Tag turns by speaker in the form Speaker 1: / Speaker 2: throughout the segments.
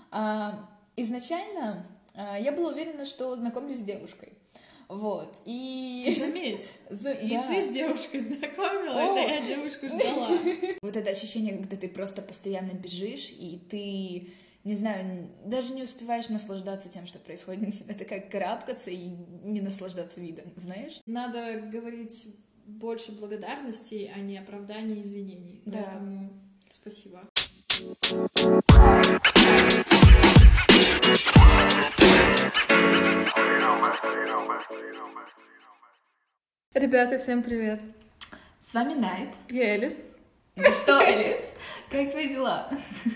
Speaker 1: Изначально я была уверена, что знакомлюсь с девушкой. Вот, и...
Speaker 2: Ты заметь, и ты с девушкой знакомилась, а я девушку ждала.
Speaker 1: Вот это ощущение, когда ты просто постоянно бежишь, и ты, не знаю, даже не успеваешь наслаждаться тем, что происходит. Это как карабкаться и не наслаждаться видом, знаешь?
Speaker 2: Надо говорить больше благодарностей, а не оправданий и извинений.
Speaker 1: Да.
Speaker 2: Поэтому спасибо. Ребята, всем привет!
Speaker 1: С вами Найт.
Speaker 2: И Элис.
Speaker 1: Ну что, Элис, как твои дела?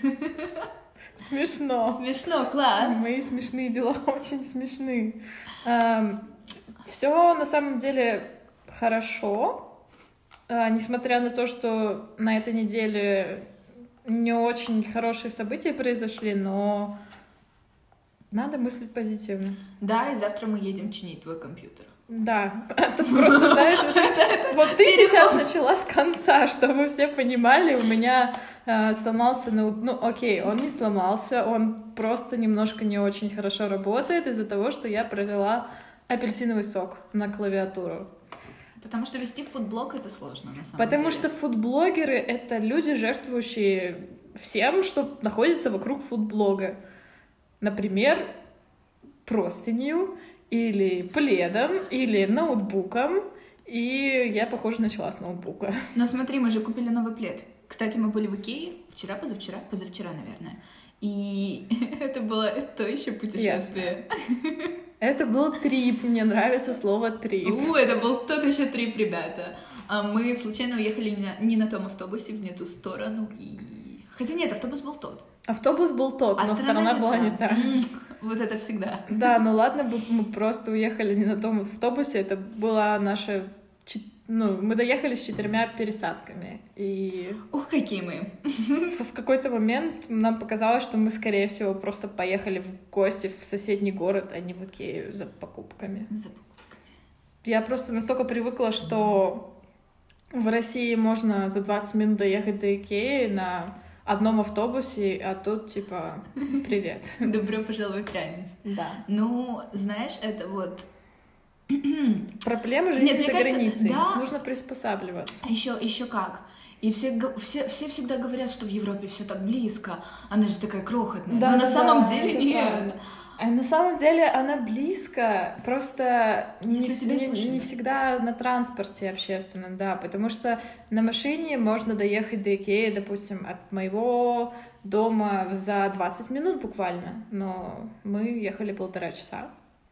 Speaker 2: Смешно.
Speaker 1: Смешно, класс.
Speaker 2: Мои смешные дела очень смешны. Все на самом деле хорошо, несмотря на то, что на этой неделе не очень хорошие события произошли, но надо мыслить позитивно.
Speaker 1: Да, и завтра мы едем чинить твой компьютер.
Speaker 2: Да, тут просто, знаешь, вот ты сейчас начала с конца, чтобы все понимали, у меня сломался ноутбук, ну окей, он не сломался, он просто немножко не очень хорошо работает из-за того, что я пролила апельсиновый сок на клавиатуру.
Speaker 1: Потому что вести фудблог — это сложно, на самом деле.
Speaker 2: Потому что фудблогеры — это люди, жертвующие всем, что находится вокруг фудблога. Например, простынью, или пледом, или ноутбуком, и я, похоже, начала с ноутбука.
Speaker 1: Но смотри, мы же купили новый плед. Кстати, мы были в Икее вчера, позавчера, наверное. И это было то еще путешествие.
Speaker 2: Это был трип, мне нравится слово трип.
Speaker 1: Это был тот еще трип, ребята. Мы случайно уехали не на том автобусе, в не ту сторону, и... Хотя нет, автобус был тот.
Speaker 2: Автобус был тот, но сторона была не та.
Speaker 1: Вот это всегда.
Speaker 2: Да, ну ладно, мы просто уехали не на том автобусе, это была наша... Ну, мы доехали с 4 пересадками, и...
Speaker 1: Ух, какие мы!
Speaker 2: В какой-то момент нам показалось, что мы, скорее всего, просто поехали в гости в соседний город, а не в Икею за покупками. Я просто настолько привыкла, что в России можно за 20 минут доехать до Икеи на одном автобусе, а тут, типа, привет.
Speaker 1: Добро пожаловать в реальность.
Speaker 2: Да.
Speaker 1: Ну, знаешь, это вот...
Speaker 2: Проблема жизни за границей.
Speaker 1: Да.
Speaker 2: Нужно приспосабливаться.
Speaker 1: Еще как. И все всегда говорят, что в Европе все так близко. Она же такая крохотная.
Speaker 2: Да,
Speaker 1: но
Speaker 2: да,
Speaker 1: на самом
Speaker 2: да,
Speaker 1: деле нет.
Speaker 2: Правда. А на самом деле она близко, просто не всегда на транспорте общественном, да, потому что на машине можно доехать до Икеи, допустим, от моего дома за 20 минут буквально, но мы ехали 1,5 часа.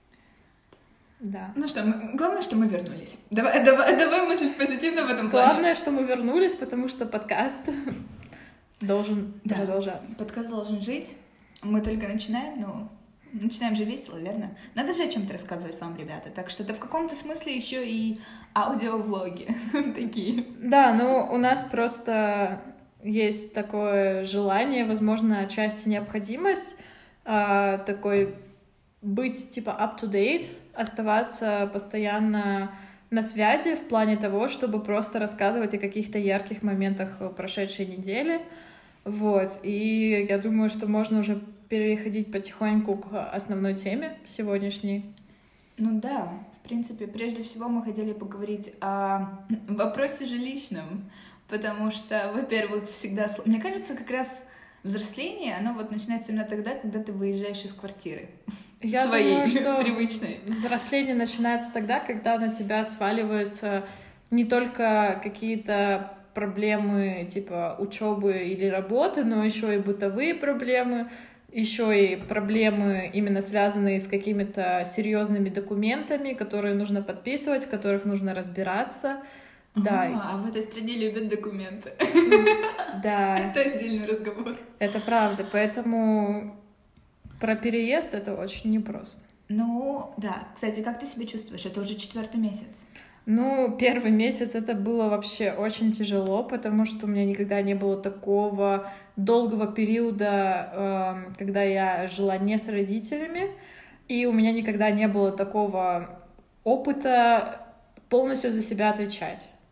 Speaker 2: Да.
Speaker 1: Ну что, главное, что мы вернулись. Давай мыслить позитивно в этом плане.
Speaker 2: Главное, что мы вернулись, потому что подкаст должен продолжаться.
Speaker 1: Подкаст должен жить. Мы только начинаем, но начинаем же весело, верно? Надо же о чем-то рассказывать вам, ребята. Так что это в каком-то смысле еще и аудиовлоги такие.
Speaker 2: Да, ну у нас просто есть такое желание, возможно, отчасти необходимость такой быть типа up-to-date, оставаться постоянно на связи в плане того, чтобы просто рассказывать о каких-то ярких моментах прошедшей недели. Вот. И я думаю, что можно уже переходить потихоньку к основной теме сегодняшней.
Speaker 1: Ну да, в принципе, прежде всего мы хотели поговорить о вопросе жилищном, потому что, во-первых, всегда... Мне кажется, как раз взросление, оно вот начинается именно тогда, когда ты выезжаешь из квартиры.
Speaker 2: Я
Speaker 1: своей
Speaker 2: думаю, что
Speaker 1: привычной.
Speaker 2: Взросление начинается тогда, когда на тебя сваливаются не только какие-то проблемы типа учебы или работы, но еще и бытовые проблемы, еще и проблемы, именно связанные с какими-то серьезными документами, которые нужно подписывать, в которых нужно разбираться. Да.
Speaker 1: А в этой стране любят документы.
Speaker 2: Да.
Speaker 1: Это отдельный разговор.
Speaker 2: Это правда, поэтому про переезд это очень непросто.
Speaker 1: Ну, да. Кстати, как ты себя чувствуешь? Это уже 4-й месяц.
Speaker 2: Ну, 1-й месяц это было вообще очень тяжело, потому что у меня никогда не было такого долгого периода, когда я жила не с родителями, и у меня никогда не было такого опыта полностью за себя отвечать.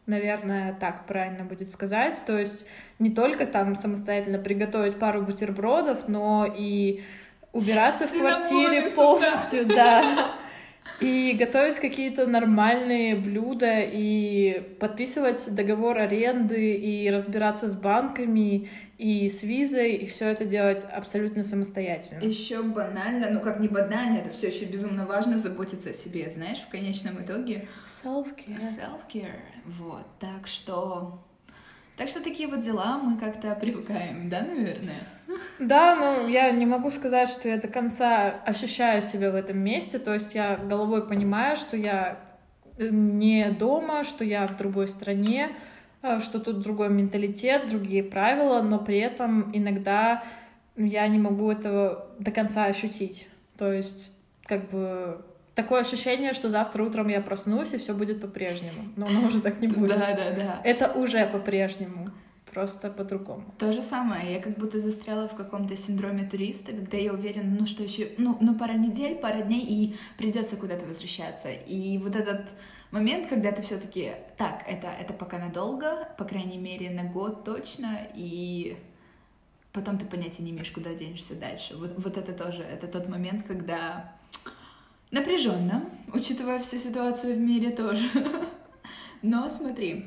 Speaker 2: наверное, так правильно будет сказать. То есть не только там самостоятельно приготовить пару бутербродов, но и убираться в квартире полностью, да. И готовить какие-то нормальные блюда, и подписывать договор аренды, и разбираться с банками, и с визой, и все это делать абсолютно самостоятельно.
Speaker 1: Еще банально, ну как не банально, это все еще безумно важно заботиться о себе, знаешь, в конечном итоге.
Speaker 2: Self-care.
Speaker 1: Self-care. Вот. Так что такие вот дела мы как-то привыкаем, да, наверное?
Speaker 2: Да, но я не могу сказать, что я до конца ощущаю себя в этом месте, то есть я головой понимаю, что я не дома, что я в другой стране, что тут другой менталитет, другие правила, но при этом иногда я не могу этого до конца ощутить. То есть как бы такое ощущение, что завтра утром я проснусь, и все будет по-прежнему. Но оно уже так не будет.
Speaker 1: Да.
Speaker 2: Это уже по-прежнему, просто по-другому.
Speaker 1: То же самое. Я как будто застряла в каком-то синдроме туриста, когда я уверена, ну что еще, ну пара недель, пара дней, и придется куда-то возвращаться. И вот этот момент, когда ты все-таки так, это пока надолго, по крайней мере, на год точно, и потом ты понятия не имеешь, куда денешься дальше. Вот это тоже, это тот момент, когда напряженно, учитывая всю ситуацию в мире тоже. Но смотри,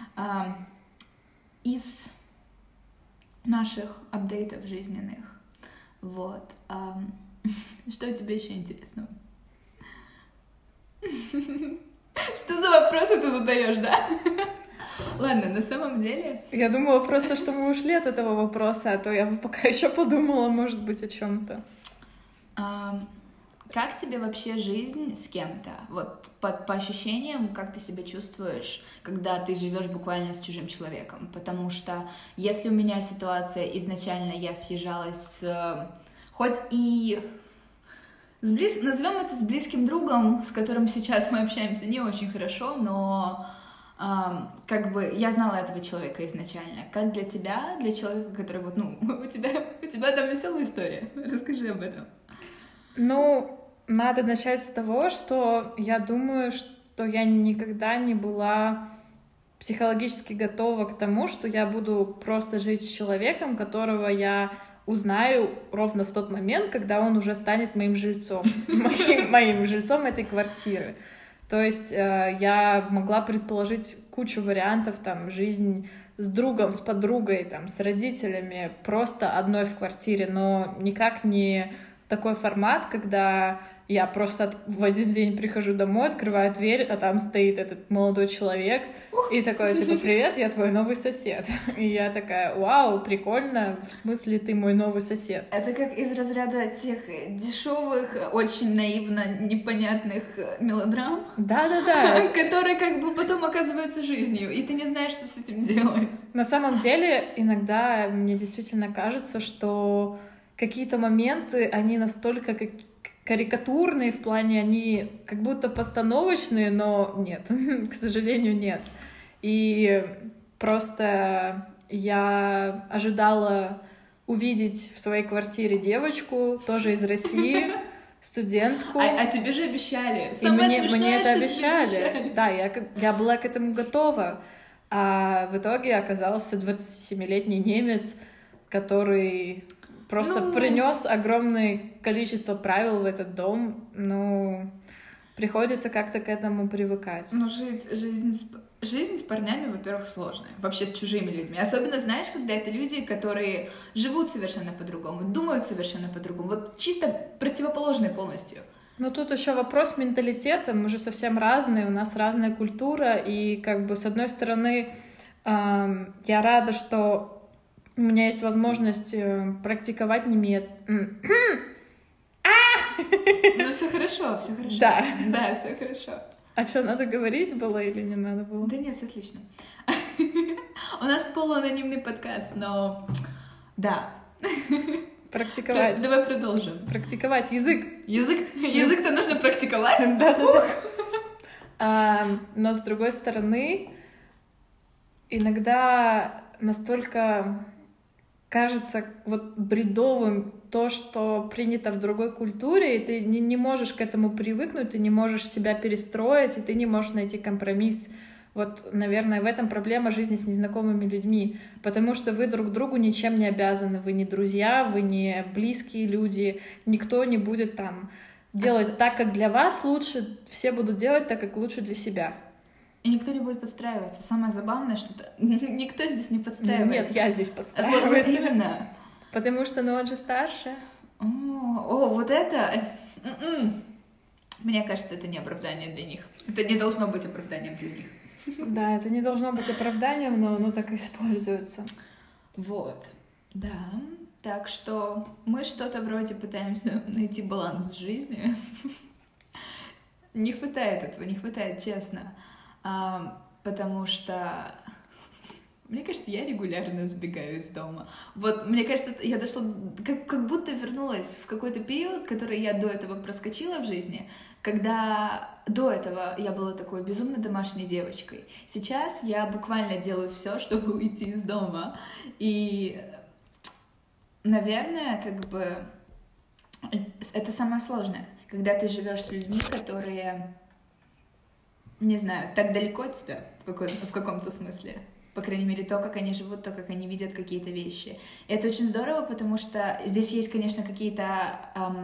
Speaker 1: из наших апдейтов жизненных, вот, что у тебя еще интересного? Что за вопросы ты задаешь, да? Ладно, на самом деле...
Speaker 2: Я думала просто, что мы ушли от этого вопроса, а то я бы пока еще подумала, может быть, о чем-то.
Speaker 1: Как тебе вообще жизнь с кем-то? Вот по ощущениям, как ты себя чувствуешь, когда ты живешь буквально с чужим человеком? Потому что если у меня ситуация изначально, я съезжалась хоть и назовем это с близким другом, с которым сейчас мы общаемся не очень хорошо, но как бы я знала этого человека изначально. Как для тебя, для человека, который вот, ну, у тебя там веселая история. Расскажи об этом.
Speaker 2: Ну, надо начать с того, что я думаю, что я никогда не была психологически готова к тому, что я буду просто жить с человеком, которого я узнаю ровно в тот момент, когда он уже станет моим жильцом, моим жильцом этой квартиры. То есть я могла предположить кучу вариантов, там, жизнь с другом, с подругой, там, с родителями, просто одной в квартире, но никак не такой формат, когда я просто в один день прихожу домой, открываю дверь, а там стоит этот молодой человек и такой, типа, привет, я твой новый сосед. И я такая, вау, прикольно, в смысле ты мой новый сосед?
Speaker 1: Это как из разряда тех дешевых, очень наивно непонятных мелодрам.
Speaker 2: Да-да-да.
Speaker 1: Которые как бы потом оказываются жизнью, и ты не знаешь, что с этим делать.
Speaker 2: На самом деле, иногда мне действительно кажется, что какие-то моменты, они настолько карикатурные в плане, они как будто постановочные, но нет, к сожалению, нет. И просто я ожидала увидеть в своей квартире девочку, тоже из России, студентку.
Speaker 1: А тебе же обещали.
Speaker 2: И мне это обещали. Да, я была к этому готова. А в итоге оказался 27-летний немец, который просто принес огромное количество правил в этот дом. Ну, приходится как-то к этому привыкать.
Speaker 1: Ну, жизнь с парнями, во-первых, сложная. Вообще с чужими людьми. Особенно, знаешь, когда это люди, которые живут совершенно по-другому, думают совершенно по-другому. Вот чисто противоположные полностью.
Speaker 2: Ну, тут еще вопрос менталитета. Мы же совсем разные, у нас разная культура. И как бы, с одной стороны, я рада, что у меня есть возможность практиковать немецкий.
Speaker 1: Ну, все хорошо, все хорошо.
Speaker 2: Да.
Speaker 1: Да, все хорошо.
Speaker 2: А что, надо говорить было или не надо было?
Speaker 1: Да нет, все отлично. У нас полуанонимный подкаст, но да.
Speaker 2: Практиковать.
Speaker 1: Давай продолжим.
Speaker 2: Практиковать язык.
Speaker 1: Язык-то нужно практиковать.
Speaker 2: Да. Но с другой стороны, иногда настолько кажется вот бредовым то, что принято в другой культуре, и ты не можешь к этому привыкнуть, ты не можешь себя перестроить, и ты не можешь найти компромисс Вот, наверное, в этом проблема жизни с незнакомыми людьми, потому что вы друг другу ничем не обязаны, вы не друзья, вы не близкие люди, никто не будет там делать так, как для вас лучше, все будут делать так, как лучше для себя.
Speaker 1: И никто не будет подстраиваться. Самое забавное, что никто здесь не подстраивается.
Speaker 2: Нет, я здесь подстраиваюсь.
Speaker 1: Вот именно.
Speaker 2: Потому что, он же старше.
Speaker 1: Вот это... Мне кажется, это не оправдание для них. Это не должно быть оправданием для них.
Speaker 2: Да, это не должно быть оправданием, но оно так и используется.
Speaker 1: Вот, да. Так что мы что-то вроде пытаемся найти баланс в жизни. Не хватает этого, не хватает, честно. Потому что... Мне кажется, я регулярно сбегаю из дома. Вот, мне кажется, я дошла... Как будто вернулась в какой-то период, который я до этого проскочила в жизни, когда до этого я была такой безумно домашней девочкой. Сейчас я буквально делаю все, чтобы уйти из дома. И, наверное, это самое сложное. Когда ты живешь с людьми, которые, не знаю, так далеко от тебя в каком-то смысле. По крайней мере, то, как они живут, то, как они видят какие-то вещи. И это очень здорово, потому что здесь есть, конечно, какие-то...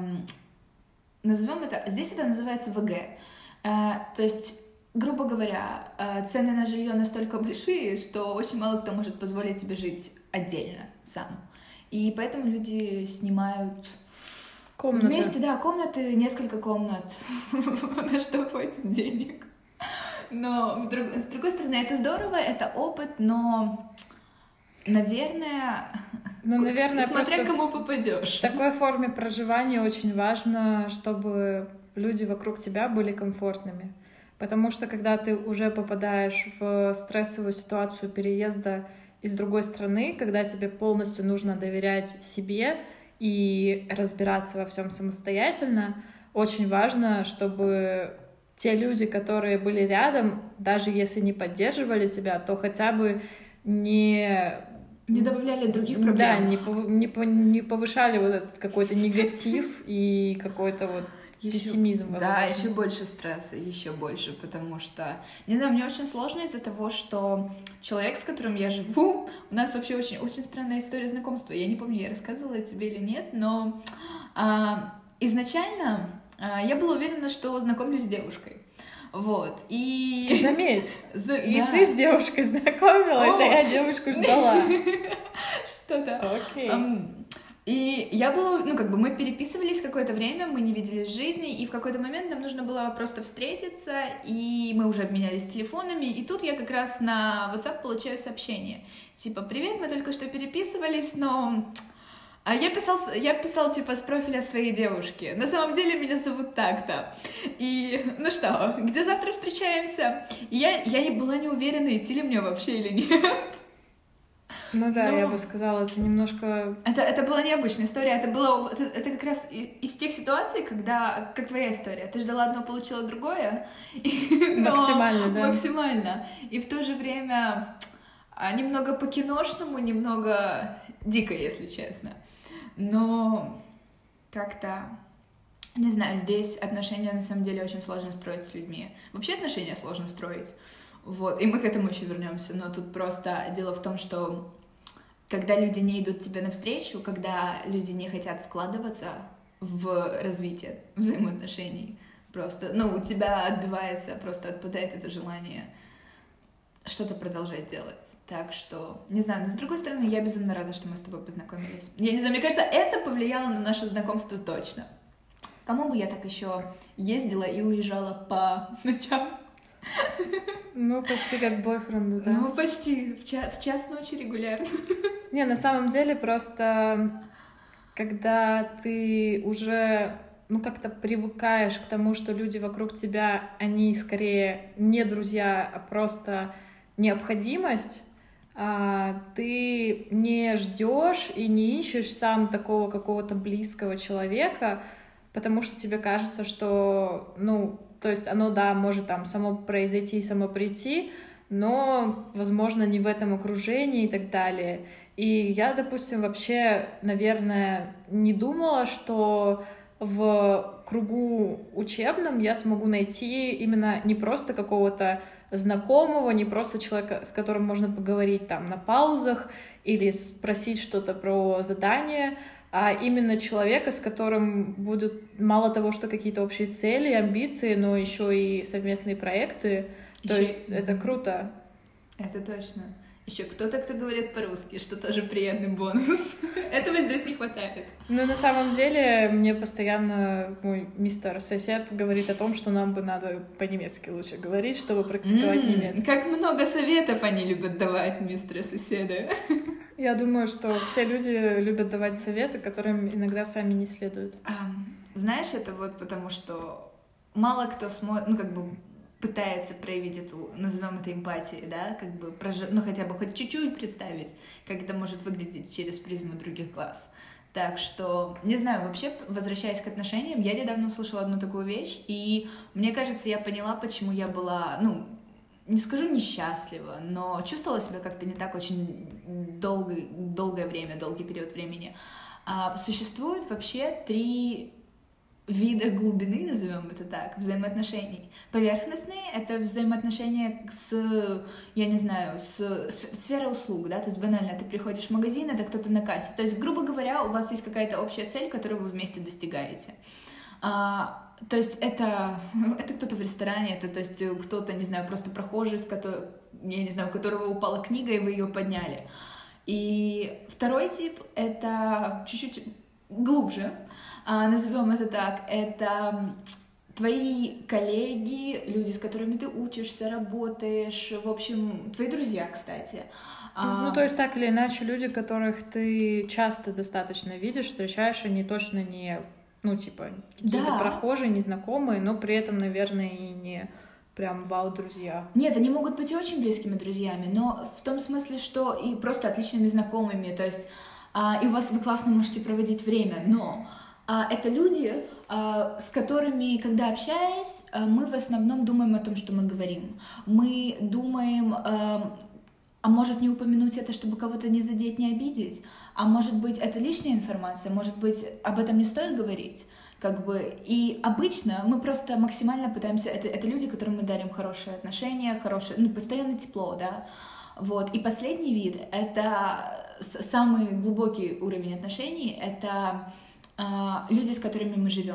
Speaker 1: назовем это... Здесь это называется ВГ. То есть, грубо говоря, цены на жилье настолько большие, что очень мало кто может позволить себе жить отдельно сам. И поэтому люди снимают...
Speaker 2: Комнаты.
Speaker 1: Вместе, да, комнаты, несколько комнат. На что хватит денег. Но, с другой стороны, это здорово, это опыт, но, наверное, смотря кому попадешь.
Speaker 2: В такой форме проживания очень важно, чтобы люди вокруг тебя были комфортными. Потому что, когда ты уже попадаешь в стрессовую ситуацию переезда из другой страны, когда тебе полностью нужно доверять себе и разбираться во всем самостоятельно, очень важно, чтобы... те люди, которые были рядом, даже если не поддерживали тебя, то хотя бы не
Speaker 1: добавляли других проблем.
Speaker 2: Да, не повышали вот этот какой-то негатив и какой-то вот пессимизм, возможно.
Speaker 1: Да, еще больше стресса, еще больше, потому что, не знаю, мне очень сложно из-за того, что человек, с которым я живу, у нас вообще очень странная история знакомства. Я не помню, я рассказывала тебе или нет, но изначально... я была уверена, что знакомлюсь с девушкой. Вот. И...
Speaker 2: Ты заметь, ты с девушкой знакомилась, а я девушку ждала.
Speaker 1: Что-то.
Speaker 2: Окей.
Speaker 1: И я была... мы переписывались какое-то время, мы не виделись в жизни, и в какой-то момент нам нужно было просто встретиться, и мы уже обменялись телефонами, и тут я как раз на WhatsApp получаю сообщение. Типа, привет, мы только что переписывались, но... А я писал, типа, с профиля своей девушки. На самом деле меня зовут так-то. И, ну что, где завтра встречаемся? И я была не уверена, идти ли мне вообще или нет.
Speaker 2: Ну да, я бы сказала, это немножко...
Speaker 1: Это была необычная история, это как раз из тех ситуаций, когда, как твоя история, ты ждала одно, получила другое.
Speaker 2: Максимально, да.
Speaker 1: Максимально. И в то же время немного по-киношному, немного дико, если честно. Но как-то, не знаю, здесь отношения на самом деле очень сложно строить с людьми. Вообще отношения сложно строить. Вот, и мы к этому еще вернемся. Но тут просто дело в том, что когда люди не идут тебе навстречу, когда люди не хотят вкладываться в развитие взаимоотношений, просто, у тебя отбивается, просто отпадает это желание что-то продолжать делать. Так что, не знаю, но с другой стороны, я безумно рада, что мы с тобой познакомились. Я не знаю, мне кажется, это повлияло на наше знакомство точно. Кому бы я так еще ездила и уезжала по ночам?
Speaker 2: Почти как бойфренду, да.
Speaker 1: Почти. В час ночи регулярно.
Speaker 2: Не, на самом деле, просто когда ты уже, как-то привыкаешь к тому, что люди вокруг тебя, они скорее не друзья, а просто необходимость, ты не ждешь и не ищешь сам такого какого-то близкого человека, потому что тебе кажется, что, то есть оно, да, может там само произойти, само прийти, но, возможно, не в этом окружении и так далее. И я, допустим, вообще, наверное, не думала, что в кругу учебном я смогу найти именно не просто какого-то знакомого, не просто человека, с которым можно поговорить там на паузах или спросить что-то про задание, а именно человека, с которым будут мало того, что какие-то общие цели, амбиции, но еще и совместные проекты. То есть это круто.
Speaker 1: Это точно. Еще кто-то, кто говорит по-русски, что тоже приятный бонус. Этого здесь не хватает.
Speaker 2: Ну, на самом деле, мне постоянно мой мистер-сосед говорит о том, что нам бы надо по-немецки лучше говорить, чтобы практиковать немецкий.
Speaker 1: Как много советов они любят давать, мистеры-соседы.
Speaker 2: Я думаю, что все люди любят давать советы, которым иногда сами не следуют.
Speaker 1: Знаешь, это вот потому, что мало кто смотрит, ну, как бы пытается проявить эту, назовем это эмпатией, да, как бы, ну, хотя бы хоть чуть-чуть представить, как это может выглядеть через призму других глаз. Так что, не знаю, вообще, возвращаясь к отношениям, я недавно услышала одну такую вещь, и мне кажется, я поняла, почему я была, ну, не скажу несчастлива, но чувствовала себя как-то не так очень долгое время, долгий период времени. Существует вообще 3 вида глубины, назовем это так, взаимоотношений. Поверхностные — это взаимоотношения с, я не знаю, с сферой услуг, да, то есть банально, ты приходишь в магазин, это кто-то на кассе, то есть, грубо говоря, у вас есть какая-то общая цель, которую вы вместе достигаете. То есть это кто-то в ресторане, это, то есть кто-то, не знаю, просто прохожий, я не знаю, у которого упала книга, и вы ее подняли. И второй тип — это чуть-чуть глубже, назовем это так, это твои коллеги, люди, с которыми ты учишься, работаешь, в общем, твои друзья, кстати.
Speaker 2: Ну, то есть, так или иначе, люди, которых ты часто достаточно видишь, встречаешь, они точно не, ну, типа, какие-то прохожие, незнакомые, но при этом, наверное, и не прям вау-друзья.
Speaker 1: Нет, они могут быть и очень близкими друзьями, но в том смысле, что и просто отличными знакомыми, то есть и вы классно можете проводить время, но это люди, с которыми, когда общаясь, мы в основном думаем о том, что мы говорим. Мы думаем, а может не упомянуть это, чтобы кого-то не задеть, не обидеть, а может быть это лишняя информация, может быть об этом не стоит говорить. Как бы, и обычно мы просто максимально пытаемся, это люди, которым мы дарим хорошие отношения, ну, постоянно тепло, да. Вот. И последний вид, это самый глубокий уровень отношений, это люди, с которыми мы живем.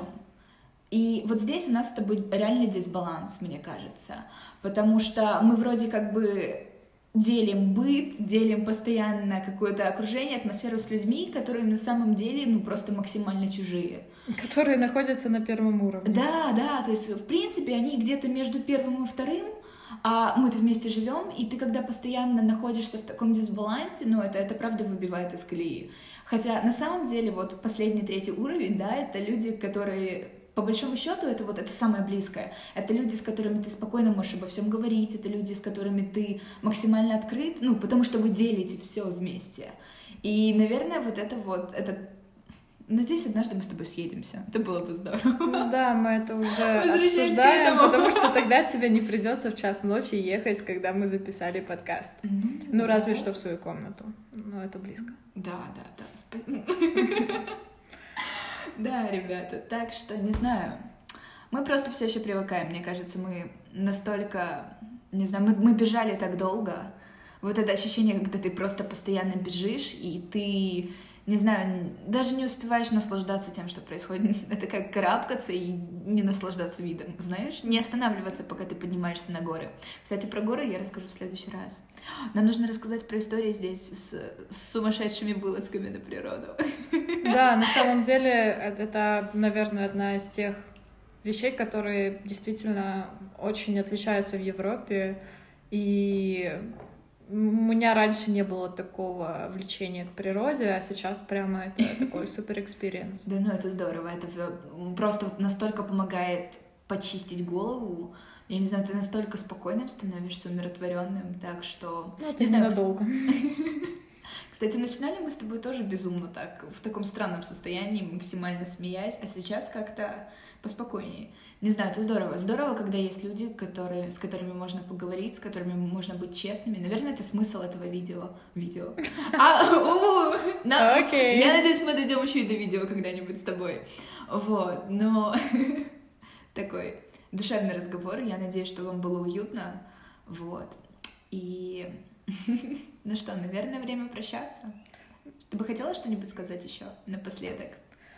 Speaker 1: И вот здесь у нас с тобой реально дисбаланс, мне кажется, потому что мы вроде как бы делим быт, делим постоянно какое-то окружение, атмосферу с людьми, которые на самом деле, ну, просто максимально чужие.
Speaker 2: Которые находятся на первом уровне.
Speaker 1: Да, то есть, в принципе, они где-то между первым и вторым, а мы-то вместе живем, и ты, когда постоянно находишься в таком дисбалансе, ну, это правда выбивает из колеи. Хотя, на самом деле, вот последний, 3 уровень, да, это люди, которые, по большому счету, это самое близкое. Это люди, с которыми ты спокойно можешь обо всем говорить, это люди, с которыми ты максимально открыт, ну, потому что вы делите все вместе. И, наверное, это... Надеюсь, однажды мы с тобой съедемся. Это было бы здорово.
Speaker 2: Ну да, мы это уже обсуждаем, потому что тогда тебе не придется в 1:00 ночи ехать, когда мы записали подкаст. Ну, разве что в свою комнату. Но это близко.
Speaker 1: Да. Да, ребята, так что, не знаю, мы просто все еще привыкаем, мне кажется, мы настолько, не знаю, мы бежали так долго, вот это ощущение, когда ты просто постоянно бежишь, и ты, не знаю, даже не успеваешь наслаждаться тем, что происходит, это как карабкаться и не наслаждаться видом, знаешь, не останавливаться, пока ты поднимаешься на горы. Кстати, про горы я расскажу в следующий раз. Нам нужно рассказать про истории здесь с сумасшедшими вылазками на природу.
Speaker 2: Да, на самом деле это, наверное, одна из тех вещей, которые действительно очень отличаются в Европе. И у меня раньше не было такого влечения к природе, а сейчас прямо это такой супер экспириенс.
Speaker 1: Да, ну это здорово, это просто настолько помогает почистить голову. Я не знаю, ты настолько спокойным становишься, умиротворенным, так что...
Speaker 2: Ну, это ненадолго.
Speaker 1: Кстати, начинали мы с тобой тоже безумно так, в таком странном состоянии, максимально смеясь, а сейчас как-то поспокойнее. Не знаю, это здорово. Здорово, когда есть люди, с которыми можно поговорить, с которыми можно быть честными. Наверное, это смысл этого видео. Я надеюсь, мы дойдем еще и до видео когда-нибудь с тобой. Вот, но такой душевный разговор. Я надеюсь, что вам было уютно. Вот. И ну что, наверное, время прощаться. Ты бы хотела что-нибудь сказать еще напоследок?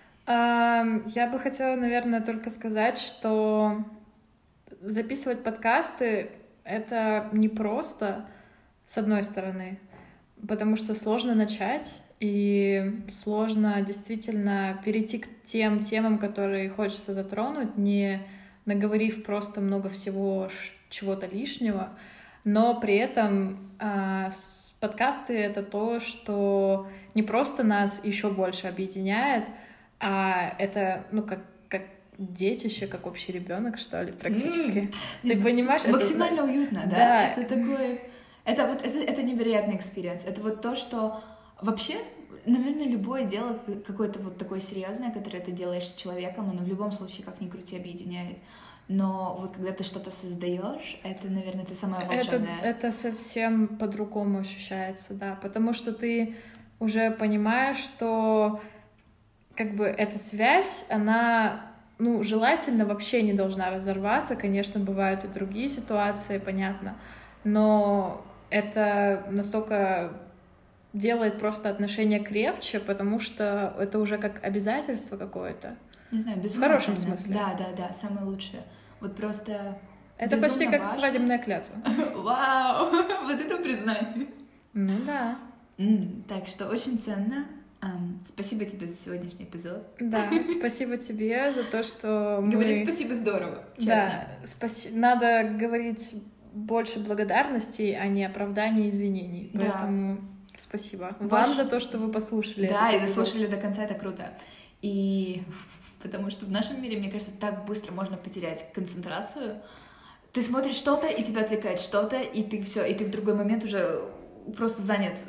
Speaker 2: Я бы хотела, наверное, только сказать, что записывать подкасты — это непросто, с одной стороны, потому что сложно начать, и сложно действительно перейти к тем темам, которые хочется затронуть, не наговорив просто много всего, чего-то лишнего. Но при этом подкасты — это то, что не просто нас еще больше объединяет, а это, ну, как детище, как общий ребенок, что ли, практически. Ты понимаешь?
Speaker 1: Максимально уютно, да? Это такое... Это невероятный экспириенс. Это вот то, что вообще, наверное, любое дело какое-то вот такое серьезное, которое ты делаешь с человеком, оно в любом случае, как ни крути, объединяет. Но вот когда ты что-то создаешь, это, наверное, ты самое волшебное.
Speaker 2: Это совсем по-другому ощущается, да, потому что ты уже понимаешь, что как бы эта связь, она, ну, желательно вообще не должна разорваться. Конечно, бывают и другие ситуации, понятно, но это настолько делает просто отношения крепче, потому что это уже как обязательство какое-то.
Speaker 1: Не знаю, безумно.
Speaker 2: В хорошем смысле.
Speaker 1: Да, самое лучшее. Вот просто...
Speaker 2: Это почти как свадебная клятва.
Speaker 1: Вау! Вот это признание.
Speaker 2: Ну да.
Speaker 1: Так что очень ценно. Спасибо тебе за сегодняшний эпизод.
Speaker 2: Да, спасибо тебе за то, что мы...
Speaker 1: Говори спасибо здорово, честно.
Speaker 2: Да, надо говорить больше благодарностей, а не оправданий и извинений.
Speaker 1: Да.
Speaker 2: Поэтому спасибо вам за то, что вы послушали.
Speaker 1: Да, и дослушали до конца, это круто. И потому что в нашем мире, мне кажется, так быстро можно потерять концентрацию. Ты смотришь что-то, и тебя отвлекает что-то, и ты все, и ты в другой момент уже просто занят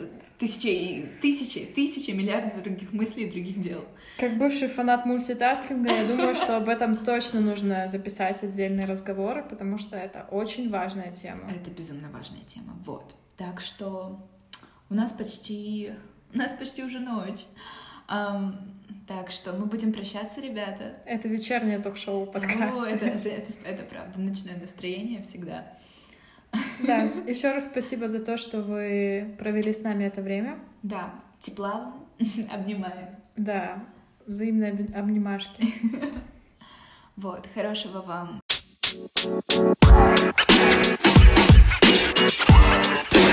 Speaker 1: тысячи, миллиарды других мыслей и других дел.
Speaker 2: Как бывший фанат мультитаскинга, я думаю, что об этом точно нужно записать отдельный разговор, потому что это очень важная тема.
Speaker 1: Это безумно важная тема, вот. Так что у нас почти уже ночь. Так что мы будем прощаться, ребята.
Speaker 2: Это вечернее ток-шоу подкаст.
Speaker 1: Это правда, ночное настроение всегда.
Speaker 2: Да, еще раз спасибо за то, что вы провели с нами это время.
Speaker 1: Да, тепла вам, обнимаем.
Speaker 2: Да, взаимные обнимашки.
Speaker 1: Вот, хорошего вам.